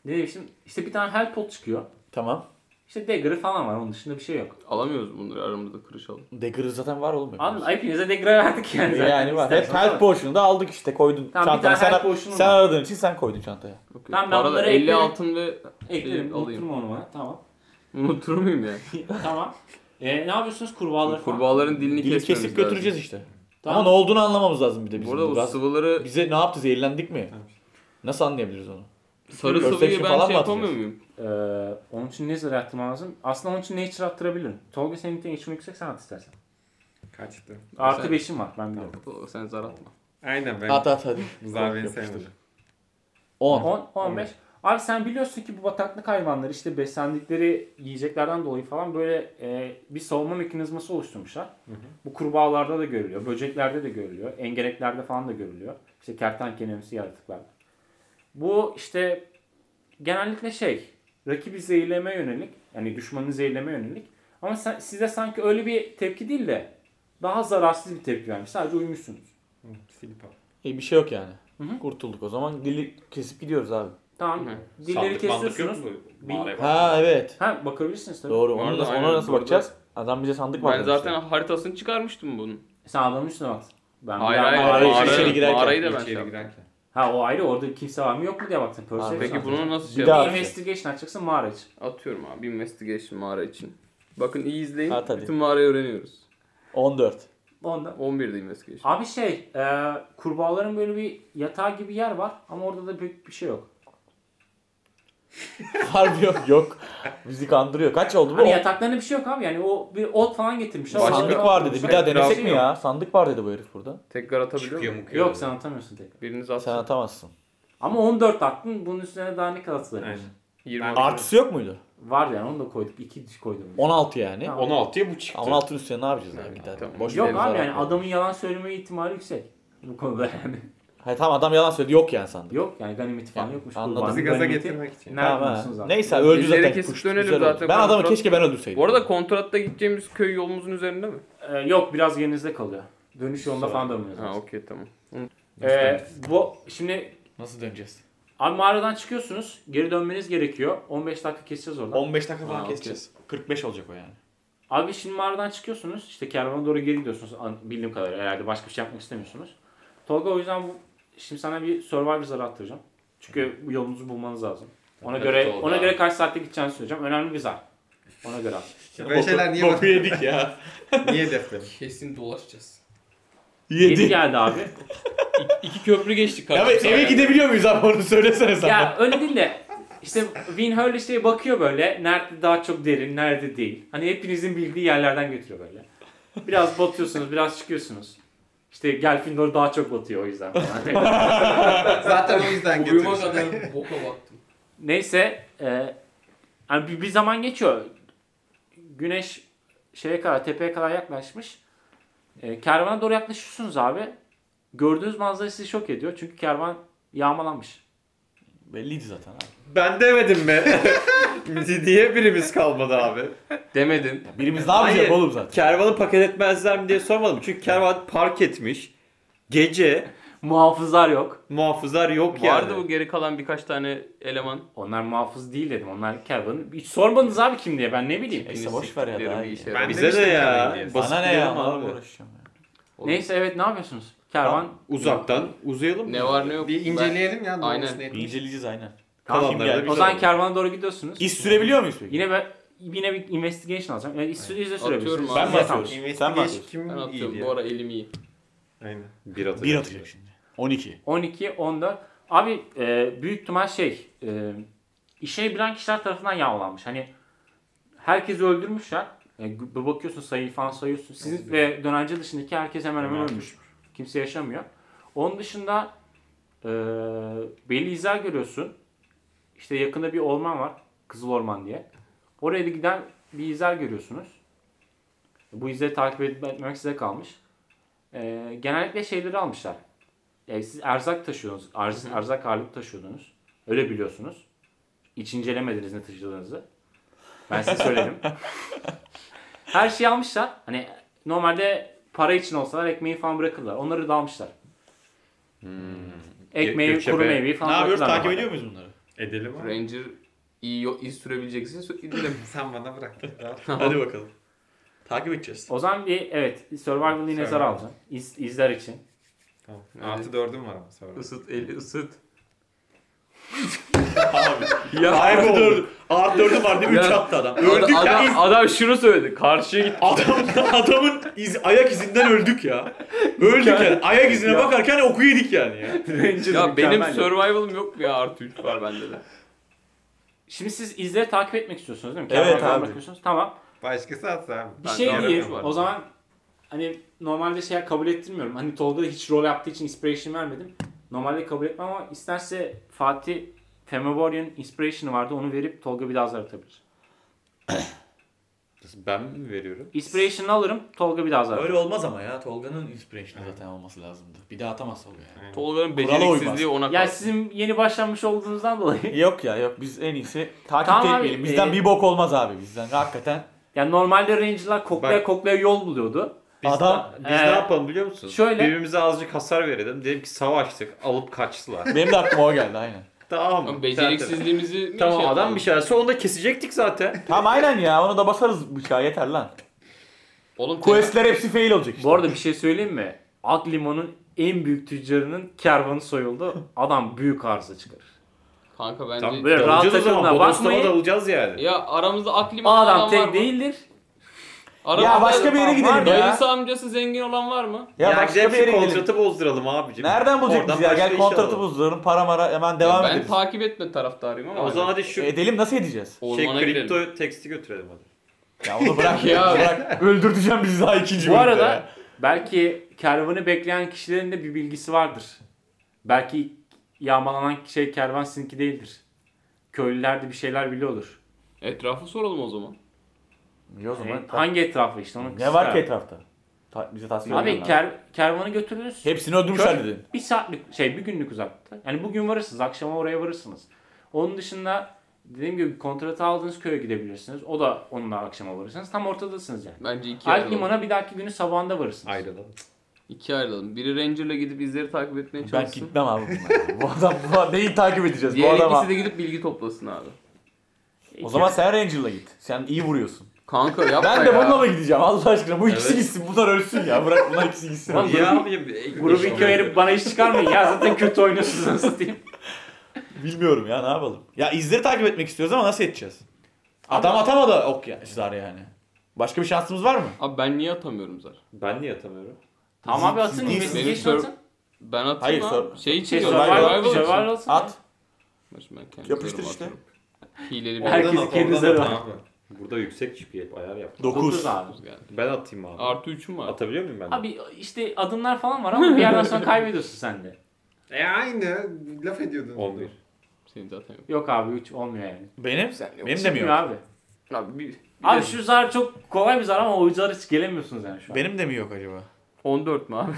Ne demiştim? İşte bir tane Hellpot çıkıyor. Tamam. İşte Dagger'ı falan var. Onun dışında bir şey yok. Alamıyoruz bunları aramızda kırışalım. Dagger'ı zaten var oğlum. Anladın? Hepinize Dagger'a verdik yani. zaten. Yani var. Hep İstersen. health potion'u da aldık işte koydun Tamam, bir çantana. tane Sen, health potion'um sen var. aradığın için sen koydun çantaya. Okay. Tamam, ben Bu arada bunları elli eklerim. altın ve Eklerim. şey alayım. Unuturum onu bana. Tamam. Unutur muyum ya? Tamam. E, ne yapıyorsunuz? Kurbağaları falan. Kurbağaların dilini Dili kesmemiz kesip götüreceğiz lazım. işte. Tamam. Ama ne olduğunu anlamamız lazım bir de Bu bizim. arada bu Biraz- sıvıları Bize ne yaptı? Zehirlendik mi? Nasıl anlayabiliriz onu? sarı Perception sıvıyı ben falan şey mı yapamıyor atacağız? muyum? Ee, onun için ne zırh attırmam lazım? Aslında onun için nature attırabilirim. Tolga senin için içim yüksek, sen at istersen. Kaçtı. Artı Sen- beşim var, ben biliyorum. O, sen zar atma. Aynen ben. At at hadi. Zar beni Yapıştır. sevmedi. on. on, on beş. Abi sen biliyorsun ki bu bataklık hayvanları işte beslendikleri yiyeceklerden dolayı falan böyle e, bir savunma mekanizması oluşturmuşlar. Hı hı. Bu kurbağalarda da görülüyor, böceklerde de görülüyor, engereklerde falan da görülüyor. İşte kertenkelemsi yaratıklar. Bu işte genellikle şey, rakibi zehirlemeye yönelik, yani düşmanını zehirlemeye yönelik. Ama sen, size sanki öyle bir tepki değil de daha zararsız bir tepki vermiş. Sadece uyumuşsunuz. Hı, Filipa. İyi bir şey yok yani. Hı hı. Kurtulduk o zaman. Dili kesip gidiyoruz abi. Tamam, Hı. dilleri Sandık mandık yok kesiyorsunuz. mu? Mağaraya bak. Ha evet. Ha, bakabilirsiniz tabii. Doğru. Bu Onu arada nasıl, aynen, ona nasıl bu arada- bakacağız? Adam bize sandık var Ben demişti. zaten haritasını çıkarmıştım bunun. Sen adamın üstüne bak. Ben Hayır bir hayır. daha- Mağaraya Mağara, içeri girerken, mağarayı da ben şey İçeri yaptım. girerken. Ha o ayrı, orada kimse var mı yok mu diye baktın. Perception Peki atacaksın. bunu nasıl Bir şey daha- yapayım? Investigation açacaksın mağara için. Atıyorum abi. Investigation mağara için. Bakın iyi izleyin. At hadi. Bütün mağarayı öğreniyoruz. on dört. Onda. on birde investigation. Abi şey, e, kurbağaların böyle bir yatağı gibi yer var ama orada da büyük bir şey yok. Harbi yok yok. Bizi kandırıyor. Kaç oldu bu? Hani On- yataklarında bir şey yok abi, yani o bir ot falan getirmişler. Başka- Sandık Orada- var dedi. Bir daha Şey denesek mi yok. ya? Sandık var dedi bu herif burada. Tekrar atabiliyor Çıkıyor muyum? mu? Yok, sen atamıyorsun tekrar. Biriniz Sen atsın. atamazsın. Ama on dört attın, bunun üstüne daha ne kadar atılabilir? Aynen. yirmi Ben- altı. Artısı yok muydu? Var yani, onu da koyduk, iki diş koydum. on altı yani. Tamam. on altıya bu çıktı. on altının üstüne ne yapacağız abi? Evet, Gider. tamam. Boş Yok veririz abi, yani Arapları. adamın yalan söyleme ihtimali yüksek. Bu konuda yani. Hayır tamam adam yalan söyledi. Yok yani sandık. Yok yani ganimeti falan Ya, yokmuş. anladım. Kurbanın Bizi gaza ganimeti getirmek için. Nerede Tamam, bulursunuz ha. abi? Neyse öldü Dilleri zaten. kesip Kuş dönelim güzel oldu. zaten. Ben adamı Kontrat- keşke ben öldürseydim. Bu arada kontratta gideceğimiz köy yolumuzun üzerinde mi? Ee, yok, biraz yerinizde kalıyor. Dönüş yolunda Sonra. falan dönmüyoruz. Ha okey tamam. Ee, bu şimdi Nasıl döneceğiz? abi mağaradan çıkıyorsunuz. Geri dönmeniz gerekiyor. on beş dakika keseceğiz orada. on beş dakika Ha, falan okey. keseceğiz. kırk beş olacak o yani. Abi şimdi mağaradan çıkıyorsunuz. İşte kervana doğru geri gidiyorsunuz. An- Bildiğim kadarıyla, herhalde başka bir şey yapmak istemiyorsunuz. Tolga, o yüzden bu, şimdi sana bir survivor zarı attıracağım. Çünkü bu yolunuzu bulmanız lazım. Ona Hadi göre Tolga. ona göre kaç saatte gideceğini söyleyeceğim. Önemli bir zar. Ona göre at. Böyle şeyler niye Boku bak? yedik ya. Niye deflerim? Kesin dolaşacağız. yedi Yedi. geldi abi. İki köprü geçtik. Ya kardeşim. eve gidebiliyor muyuz abi onu söylesene sana. Ya öyle değil de işte Win Hurley işte bakıyor böyle, nerede daha çok derin, nerede değil. Hani hepinizin bildiği yerlerden götürüyor böyle. Biraz batıyorsunuz, biraz çıkıyorsunuz. İşte Gelfindor daha çok batıyor o yüzden falan. Zaten o yüzden Uyuma götürürsün. kadar boka baktım. Neyse, e, yani bir, bir zaman geçiyor. Güneş şeye kadar, tepeye kadar yaklaşmış. E, kervana doğru yaklaşıyorsunuz abi. Gördüğünüz manzara sizi şok ediyor. Çünkü kervan yağmalanmış. Belliydi zaten abi. Ben demedim mi? Diye birimiz kalmadı abi. Demedin. Birimiz ne yapacak Hayır. oğlum zaten? Kervanı paket etmezler mi diye sormadım. Çünkü kervan park etmiş. Gece Muhafızlar yok. muhafızlar yok yani. Vardı bu geri kalan birkaç tane eleman. Onlar muhafız değil dedim. Onlar kervanı. Hiç sormadınız abi kim diye, ben ne bileyim. Neyse boş ver ya Siktikleri daha bir iyi. işe Ben yaramıyor. Bize demiştim de ya. kervan diye. Basit Bana ne ya? diyelim Abi. abi. Uğraşacağım ya. Oğlum, Neyse, evet, ne yapıyorsunuz? Kervan. Uzaktan uzayalım mı? Ne var ne yok. Bir inceleyelim ya. ne Aynen. olmuş, ne etmiş. İnceleyeceğiz aynen. Kalanları Kim da geldi? biz O zaman alalım. kervana doğru gidiyorsunuz. İz sürebiliyor muyuz peki? Yine ben yine bir investigation alacağım. Yani iz, iz de sürebilirsiniz. Atıyorum Ben abi. mi Tamam. atıyorum? Sen mi Investigation atıyorsun? kim Ben iyi atıyorum. diye. Bu ara elim iyi. Aynen. Bir atacak. Bir atacak şimdi. on iki. on iki, on dört. Abi e, büyük ihtimal şey, e, işe bilen kişiler tarafından yağmalanmış. Hani herkesi öldürmüşler. E, bir bakıyorsun, sayıyı falan sayıyorsun. Sizin ve dönence dışındaki herkes hemen hemen ölmüş. Kimse yaşamıyor. Onun dışında e, belli izler görüyorsun. İşte yakında bir orman var. Kızıl Orman diye. Oraya da giden bir izler görüyorsunuz. Bu izleri takip etmek size kalmış. E, genellikle şeyleri almışlar. Yani siz erzak taşıyordunuz. Arz, erzak ağırlık taşıyordunuz. Öyle biliyorsunuz. Hiç incelemediniz ne taşıdığınızı. Ben size söyledim. Her şeyi almışlar. Hani normalde para için olsalar ekmeği falan bırakırlar. Onları da almışlar. Hmm. Ekmeği, Gökçe kuru Bey. meyveyi falan Ne yapıyoruz? bırakırlar Takip normalde. ediyor muyuz bunları? Edelim abi. Ranger iyi yo- iz sürebilecekse sü- gidelim. Sen bana bırak. Hadi bakalım. Takip edeceğiz. O zaman bir evet survival yine zar Survival. alacağım. İz, izler için. Tamam. Evet. Artı dördüm var ama sonra. Isıt eli ısıt. Abi. Ya Artı dördü. Artı dördü var değil mi? Üç Ya, attı adam. Adam, Öldük ya. adam, adam şunu söyledi. Karşıya git. Adam, adamın iz, ayak izinden öldük ya. Öldük yani. Ayak izine Ya. bakarken oku yedik yani ya. Ranger Ya benim mükemmel. survival'ım yok mu ya? Artı üç var bende de. Şimdi siz izleri takip etmek istiyorsunuz değil mi? Evet Kervan falan abi. bakıyorsunuz. Tamam. Başkası atsa abi. Bir Ben şey de diyeyim. var. O zaman hani normalde şey kabul ettirmiyorum. Hani Tolga da hiç rol yaptığı için inspiration vermedim. Normalde kabul etmem ama isterse Fatih Femaborean inspiration'ı vardı. Onu verip Tolga bir daha zar atabilir. Ben mi veriyorum? Inspiration'ı alırım. Tolga bir daha zar Öyle atar. olmaz ama ya. Tolga'nın inspiration'ı zaten olması lazımdı. Bir daha atamaz Tolga yani. Tolga'nın Kurala beceriksizliği ona Ya kaldı. sizin yeni başlamış olduğunuzdan dolayı. Yok ya yok. Biz en iyisi takip Tamam abi, etmeyelim. Bizden e- bir bok olmaz abi. Bizden hakikaten. Yani normalde Ranger'lar koklaya Bak- koklaya yol buluyordu. Biz, Adam- ne, biz Ee, ne yapalım biliyor musun? şöyle- Birbirimize azıcık hasar verelim. Dedim ki savaştık. Alıp kaçtılar. Benim de aklıma o geldi aynen. Tamam mı? Ama beceriksizliğimizi mi Tamam şey adam yapalım? bir şey yapsa onu da kesecektik zaten. Tamam aynen ya. Onu da basarız bıçağı yeter lan. Oğlum Questler hepsi fail olacak işte. Bu arada bir şey söyleyeyim mi? Aklimon'un en büyük tüccarının kervanı soyuldu. Adam büyük arıza çıkarır. kanka bence Tamam Böyle rahat dalacağız o zaman. takımına Bodoslama bakmayın. dalacağız yani. ya aramızda aklim O olan adam var tek mı? değildir. Aramızda Ya başka bir yere gidelim ya. dayısı amcası zengin olan var mı? Ya, Ya, başka gidelim bir şu yere gidelim. kontratı bozduralım abicim. Nereden bulacak Oradan biz ya? başka Gel iş kontratı alalım. bozduralım. Para mara hemen devam Ya ben ederiz. takip etme taraftarıyım ama. O zaman hadi şu Edelim nasıl edeceğiz? şey ormana kripto girelim. teksti götürelim hadi. Ya onu bırak Ya. ya. Bırak. Öldürteceğim bizi daha ikinci Bu bölümde arada ya. belki kervanı bekleyen kişilerin de bir bilgisi vardır. Belki yağmalanan şey kervan sizinki değildir. Köylüler de bir şeyler biliyordur. Etrafı soralım o zaman. İyi o zaman. E, hangi etrafı işte onu Ne var ki etrafta? Ta- bize tasvir Abi edin ker, kervanı götürürüz. Hepsini öldürmüşler dedin. Bir saatlik şey bir günlük uzakta. Yani bugün varırsınız, akşama oraya varırsınız. Onun dışında dediğim gibi kontratı aldığınız köye gidebilirsiniz. O da onunla akşama varırsınız. Tam ortadasınız yani. Bence iki Alp ayrılalım. Liman'a bir dahaki günü sabahında varırsınız. Ayrılalım. İki ayrılalım. Biri Ranger'la gidip izleri takip etmeye Ben çalışsın. gitmem abi bunlara. Bu adam bu neyi takip edeceğiz bu Diğer adama? ikisi de gidip bilgi toplasın abi. O zaman sen Ranger'la git. Sen iyi vuruyorsun. Kanka yapma Ben ya. de bununla mı gideceğim Allah aşkına? Bu ikisi Evet. gitsin. Bunlar ölsün ya. Bırak bunlar ikisi gitsin. Ulan Ya grubu- abicim. Grubu ikiye ayırıp bana iş çıkarmayın ya. Zaten kötü oynuyorsunuz nasıl satayım. Bilmiyorum ya ne yapalım. Ya izleri takip etmek istiyoruz ama nasıl edeceğiz? Adam atamadı ok ya, zar yani. Başka bir şansımız var mı? Abi ben niye atamıyorum zar? Ben niye atamıyorum? Tamam abi atın. Benim Investigation sor- atın. Ben atayım Hayır, ha. sor- Şey için Şey, diyorum, survival- survival, survival için. survival atın. At. Ben kendi Yapıştır zarımı işte. atıyorum. Hileli bir Herkes Oradan at, kendi oradan zarı at var. abi. Burada yüksek çipi ayar yap. dokuz. dokuz abi. dokuz geldi. Ben atayım abi. Artı üçüm var. Atabiliyor muyum ben de? Abi işte adımlar falan var ama bir yerden sonra kaybediyorsun sen de. E aynı. Laf ediyordun. on bir. Senin zaten yok. Yok abi üç olmuyor yani. Benim? Sen yok. Benim de mi Çıkmıyor yok? abi. Abi bir, bir Abi de- şu zar çok kolay bir zar ama o zar hiç gelemiyorsunuz yani şu an. Benim de mi yok acaba? on dört mü abi?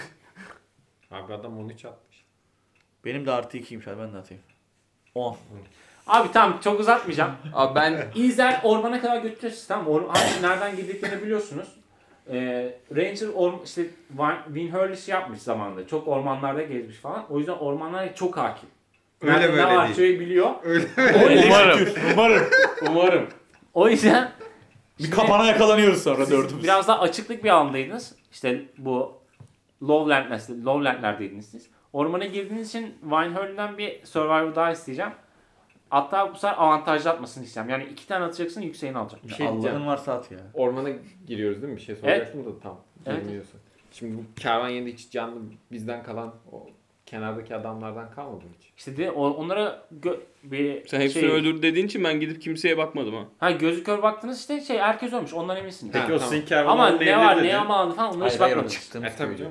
Abi adam on üç atmış. Benim de artı ikiymiş abi ben de atayım. on. Abi tamam çok uzatmayacağım. Abi ben İzler ormana kadar götüreceğiz. Tamam or- hangi nereden girdiklerini biliyorsunuz. Ee, Ranger orm işte Van- Winhurley şey yapmış zamanında. Çok ormanlarda gezmiş falan. O yüzden ormanlara çok hakim. Öyle Nerede böyle ne var değil. şeyi biliyor. Öyle O yüzden, Umarım. Umarım. umarım. O yüzden Bir kapana yakalanıyoruz sonra siz dördümüz. biraz daha açıklık bir alandaydınız. İşte bu Lowland'ler, Lowland'lerdeydiniz siz. Ormana girdiğiniz için Winehurley'den bir survival daha isteyeceğim. Hatta bu sefer avantajlı atmasını isteyeceğim. Yani iki tane atacaksın, yükseğini alacaksın. Bir şey diyeceğim. Allah'ın varsa at ya. Ormana giriyoruz değil mi? Bir şey soracaktım da tamam. Evet. Girmiyorsun. Şimdi bu kervan yerinde hiç canlı bizden kalan o kenardaki adamlardan kalmadı mı hiç? İşte de o- onlara gö- bir sen hepsini şey- öldür dediğin için ben gidip kimseye bakmadım ha. Ha gözü kör baktınız işte şey herkes ölmüş ondan eminsiniz. Ha, Peki o tamam. sizin kervan Ama olmayabilir ne var dedin. ne yamalandı falan onlara hiç Hayır hayır o bakmadınız. çıktığımız E tabii köyde. canım.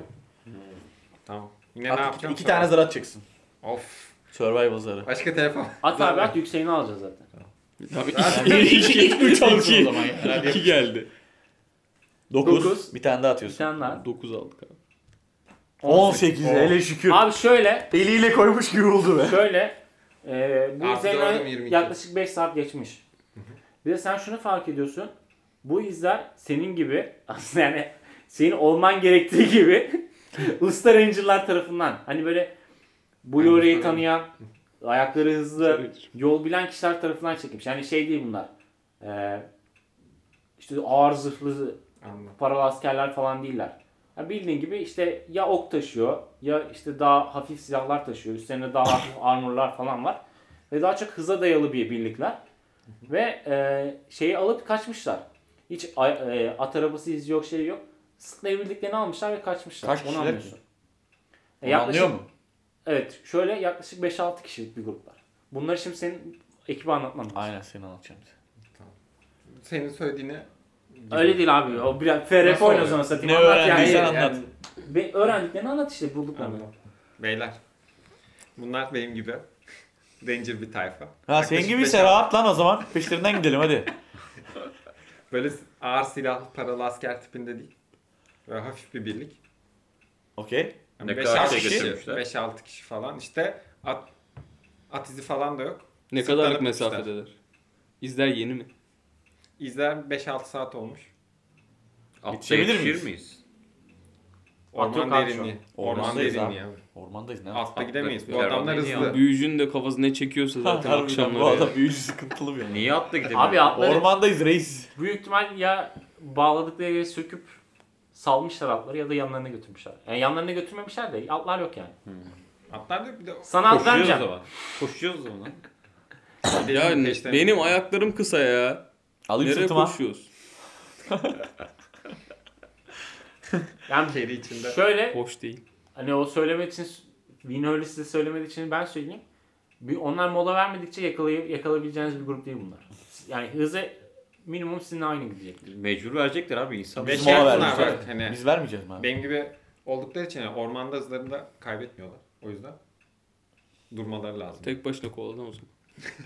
Tamam. Yine ne At, iki, yapacağım? iki tane zar atacaksın. Of. Survival zarı. Başka telefon. At abi at yükseğini alacağız zaten. Abi iki, iki, üç alırsın o zaman yani. iki geldi. Dokuz. Dokuz. Bir tane daha Bir atıyorsun. tane daha. dokuz aldık abi. on sekiz hele şükür. Abi şöyle Eliyle koymuş gibi oldu be. şöyle e, bu Artı izlerine dördüm yirmi iki. yaklaşık beş saat geçmiş. Bir de sen şunu fark ediyorsun. Bu izler senin gibi aslında yani senin olman gerektiği gibi usta ranger'lar tarafından hani böyle bu yöreyi tanıyan ayakları hızlı, Söyledir. yol bilen kişiler tarafından çekilmiş. Yani şey değil bunlar. Ee, işte ağır zırhlı Anladım. paralı askerler falan değiller. Yani bildiğin gibi işte ya ok taşıyor ya işte daha hafif silahlar taşıyor. Üstlerinde daha hafif armorlar falan var. Ve daha çok hıza dayalı bir birlikler. Ve e, şeyi alıp kaçmışlar. Hiç e, at arabası izi yok, şey yok. Sıklayabildiklerini almışlar ve kaçmışlar. Kaç Onu kişiler anlıyorsun. E, Onu yaklaşık, anlıyor mu? Evet. Şöyle yaklaşık beş altı kişilik bir gruplar. Bunları şimdi senin ekibi anlatman lazım. Aynen seni anlatacağım. Senin söylediğine Öyle değil abi. O biraz F R P Nasıl oyna o oluyor? zaman satayım. Ne Anlat öğrendiysen yani. anlat. Ve öğrendiklerini anlat işte bulduklarını. Anladım. Beyler. Bunlar benim gibi. Danger bir tayfa. Ha senin Yaklaşık gibi beş ise altı- rahat lan o zaman. Peşlerinden gidelim hadi. Böyle ağır silahlı paralı asker tipinde değil. Böyle hafif bir birlik. Okey. Ne beş kadar altı şey kişi, getirmişler? beş altı kişi falan. İşte at, at izi falan da yok. Ne Sırtlarına kadarlık tutmuşlar. mesafedeler? İzler yeni mi? İzler beş altı saat olmuş. Atla Yetişebilir yetişir miyiz? miyiz? At yok Orman abi şu derinliği. an. Orman Ormandayız derinliği abi. Ormandayız ne? Atla gidemeyiz. Bu Atla- adamlar Atla- hızlı. Büyücünün de kafası ne çekiyorsa zaten Harbiden akşamları. bu ya. adam büyücü sıkıntılı bir adam. Niye atla gidemiyoruz? Abi atları Ormandayız reis. büyük ihtimal ya bağladıkları yere söküp salmışlar atları ya da yanlarına götürmüşler. Yani yanlarına götürmemişler de atlar yok yani. Atlar da bir de Sana at Koşuyoruz o vermeyeceğim. zaman. Koşuyoruz o zaman. Ya Benim ne- peşlerine- benim ayaklarım kısa ya. Alayım Nereye sırtıma. koşuyoruz? Yani Kedi içinde. şöyle Hoş değil. hani o söylemek için Win öyle size söylemediği için ben söyleyeyim. Bir, onlar mola vermedikçe yakalayıp yakalayabileceğiniz bir grup değil bunlar. Yani hızı minimum sizinle aynı gidecektir. Mecbur verecekler abi insan. Beş Biz mola yapsınlar vermeyeceğiz. bak, hani Biz vermeyeceğiz mi abi? benim gibi oldukları için yani ormanda hızlarını da kaybetmiyorlar. O yüzden durmaları lazım. Tek başına kovaladım o zaman.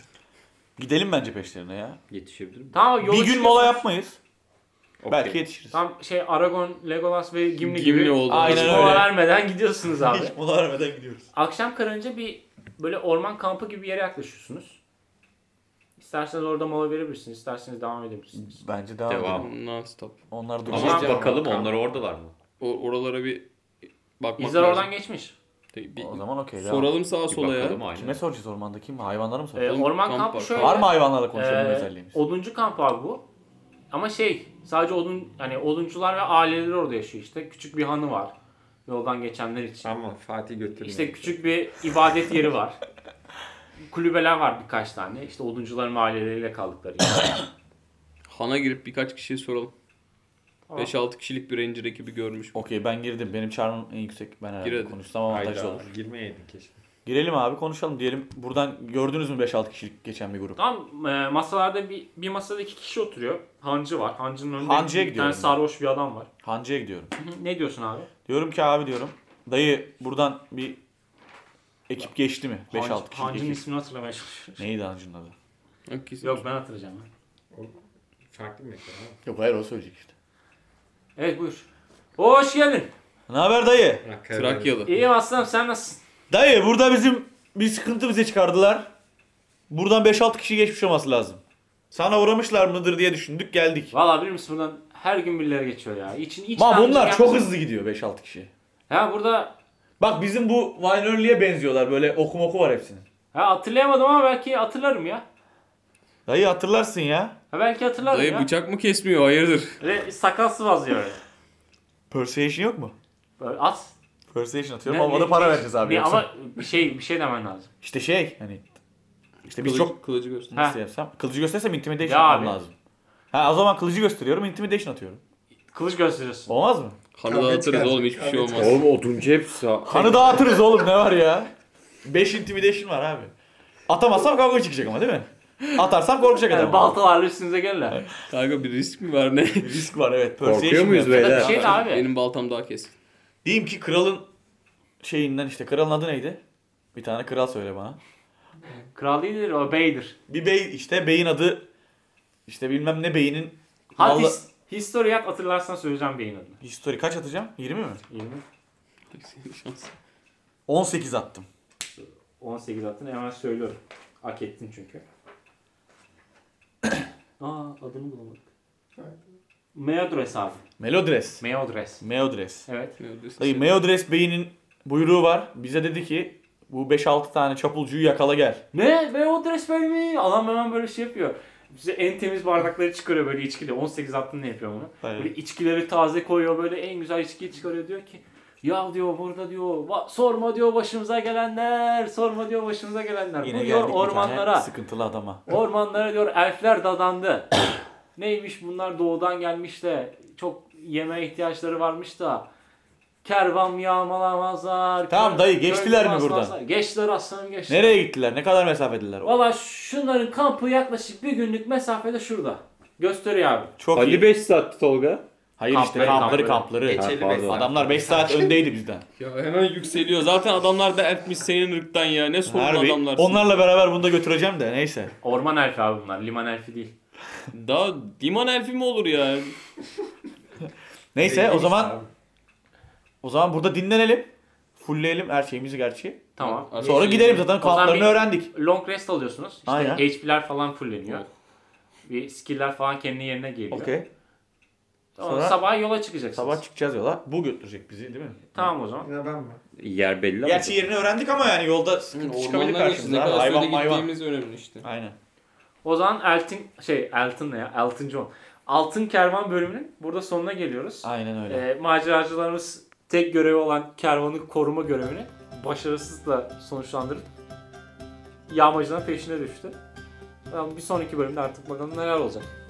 Gidelim bence peşlerine ya. Yetişebilir mi? Tamam yola Bir gün mola çıkıyorsunuz. yapmayız. Okey. Belki yetişiriz. Tam şey Aragorn, Legolas ve Gimli, Gimli gibi oldu. Aynen hiç öyle. mola vermeden gidiyorsunuz abi. Hiç mola vermeden gidiyoruz. Akşam karınca bir böyle orman kampı gibi bir yere yaklaşıyorsunuz. İsterseniz orada mola verebilirsiniz, isterseniz devam edebilirsiniz. Bence devam, Devam. edelim. Non stop. Onlar Ama duracak. Ama- bakalım Kamp. onlar oradalar mı? O, oralara bir bakmak İzler lazım. oradan geçmiş. Bir- bir- O zaman okey. devam. soralım sağa Bir sola ya. bakalım aynen. Kime soracağız ormanda kim? Hayvanlara mı Ee, soracağız? orman kamp kampı var. şöyle. Var mı hayvanlarla konuşalım Ee, özelliğimiz? Oduncu kampı abi bu. Ama şey sadece odun hani oduncular ve aileleri orada yaşıyor işte. Küçük bir hanı var. Yoldan geçenler için. Ama Fatih götürmüyor. İşte küçük bir ibadet yeri var. Kulübeler var birkaç tane. İşte oduncuların ve aileleriyle kaldıkları yer. Han'a girip birkaç kişiye soralım. Tamam. beş altı kişilik bir ranger ekibi görmüş mü? Okey ben girdim. Benim çarmım en yüksek. Ben Gir herhalde hadi. konuşsam avantajlı Hayda, olur. girmeyeydin keşke. Girelim abi konuşalım diyelim. Buradan gördünüz mü beş altı kişilik geçen bir grup? Tamam e, masalarda bir, bir masada iki kişi oturuyor. Hancı var. Hancının önünde Hancıya bir gidiyorum tane ben. sarhoş bir adam var. Hancı'ya gidiyorum. Ne diyorsun abi? Diyorum ki abi diyorum. Dayı buradan bir ekip geçti mi? beş Hancı- altı kişilik Hancı'nın ekip. ismini hatırlamaya çalışıyorum. Neydi Hancı'nın adı? Yok, kesin. Yok ben hatırlayacağım. Farklı bir mekan ha. Yok hayır o söyleyecek işte. Evet buyur. Hoş geldin. Ne haber dayı? Trakyalı. İyiyim aslanım sen nasılsın? Dayı burada bizim bir sıkıntı bize çıkardılar. Buradan beş altı kişi geçmiş olması lazım. Sana uğramışlar mıdır diye düşündük geldik. Valla bilir misin buradan her gün birileri geçiyor ya. İçin, iç Ama bunlar tanrıcı çok gelmesin. hızlı gidiyor beş altı kişi. Ha burada Bak bizim bu Viner'liye benziyorlar. Böyle okum oku var hepsinin. ha, hatırlayamadım ama belki hatırlarım ya. Dayı hatırlarsın ya. Ha, belki hatırlarım Dayı ya. bıçak mı kesmiyor? Hayırdır? Ve sakal sıvazlıyor öyle. Persuasion yok mu? Böyle at. Persuasion atıyorum Ne- ama ona ne- para ne- vereceğiz abi. ne- yoksa. ama bir şey bir şey demen lazım. İşte şey hani. İşte biz Kılıcı, çok kılıcı göster. nasıl yapsam. Kılıcı göstersem intimidation Ya yapmam abi. lazım. Ha o zaman kılıcı gösteriyorum intimidation atıyorum. Kılıç gösteriyorsun. Olmaz mı? Hanı Kavga dağıtırız çıkar. oğlum, hiçbir şey Kavga olmaz. Oğlum oduncu hepsi. Kanı dağıtırız oğlum ne var ya? beş intimidation var abi. Atamazsam kavga çıkacak ama değil mi? Atarsam korkacak Yani adam. baltalarla üstünüze gelirler. Kanka bir risk mi var ne? Risk var evet. Korkuyor Persuasion muyuz yapacağız. beyler? Bir şey de abi. Benim baltam daha keskin. Diyeyim ki kralın şeyinden işte kralın adı neydi? Bir tane kral söyle bana. Kral değildir o beydir. Bir bey işte beyin adı işte bilmem ne beyinin Hadi Vallahi- his, historiyat hatırlarsan söyleyeceğim beyin adını. history kaç atacağım? yirmi mi? yirmi. Şans. on sekiz attım. on sekiz attın hemen söylüyorum. Hak ettin çünkü. Aa adını bulamadık. Meodres abi. Melodres. Meodres. Meodres. Evet. Ne diyorsun Dayı sen? Meodres beyinin buyruğu var. Bize dedi ki Bu beş altı tane çapulcuyu yakala gel. Ne? Ve o dress böyle mi? Adam hemen böyle şey yapıyor. Bize en temiz bardakları çıkarıyor böyle içkili. on sekiz attın ne yapıyor onu? Aynen. Böyle içkileri taze koyuyor böyle en güzel içkiyi çıkarıyor diyor ki ya diyor burada diyor va- sorma diyor başımıza gelenler sorma diyor başımıza gelenler. Yine Bu diyor geldik bir ormanlara. tane sıkıntılı adama. Ormanlara diyor elfler dadandı. Neymiş bunlar doğudan gelmiş de çok yeme ihtiyaçları varmış da kervan yağmalamazlar. Tamam kö- dayı, geçtiler köylü mi buradan? basmazlar. Geçtiler aslanım geçtiler. Nereye gittiler? Ne kadar mesafediler? Valla şunların kampı yaklaşık bir günlük mesafede şurada. Gösteriyor abi. Çok iyi. Hadi beş saatti Tolga. Hayır işte Kampları, kampları kampları. kampları. Geçeli Ha, beş pardon. saat. Adamlar beş saat öndeydi bizden. Ya hemen yükseliyor. Zaten adamlar da etmiş senin ırktan ya. Ne sorun Harbi. adamlarsın. Onlarla beraber bunu da götüreceğim de neyse. Orman elfi abi bunlar. Liman elfi değil. Daha liman elfi mi olur ya? Neyse o zaman o zaman burada dinlenelim. Fullleyelim her şeyimizi gerçi. Tamam. Abi, Sonra şey- gidelim zaten O zaman kamplarını bir- öğrendik. Long rest alıyorsunuz. İşte Aynen. H P'ler falan fulleniyor. Oh. Bir skill'ler falan kendi yerine geliyor. Okey. Sonra Sonra- sabah yola çıkacaksınız. Sabah çıkacağız yola. Bu götürecek bizi değil mi? Tamam o zaman. Yine ben mi? Yer belli ama. Gerçi yerini öğrendik ama yani yolda sıkıntı çıkabilir Ormanların içinde ne karşımıza. kadar Hayvan sürede mayvan. gittiğimiz önemli işte. Aynen. O zaman Elton şey Elton ne ya? Elton John. Altın Kervan bölümünün burada sonuna geliyoruz. Aynen öyle. Ee, maceracılarımız tek görevi olan kervanı koruma görevini başarısız da sonuçlandırıp yağmacıların peşine düştü. Tamam, bir sonraki bölümde artık bakalım neler olacak.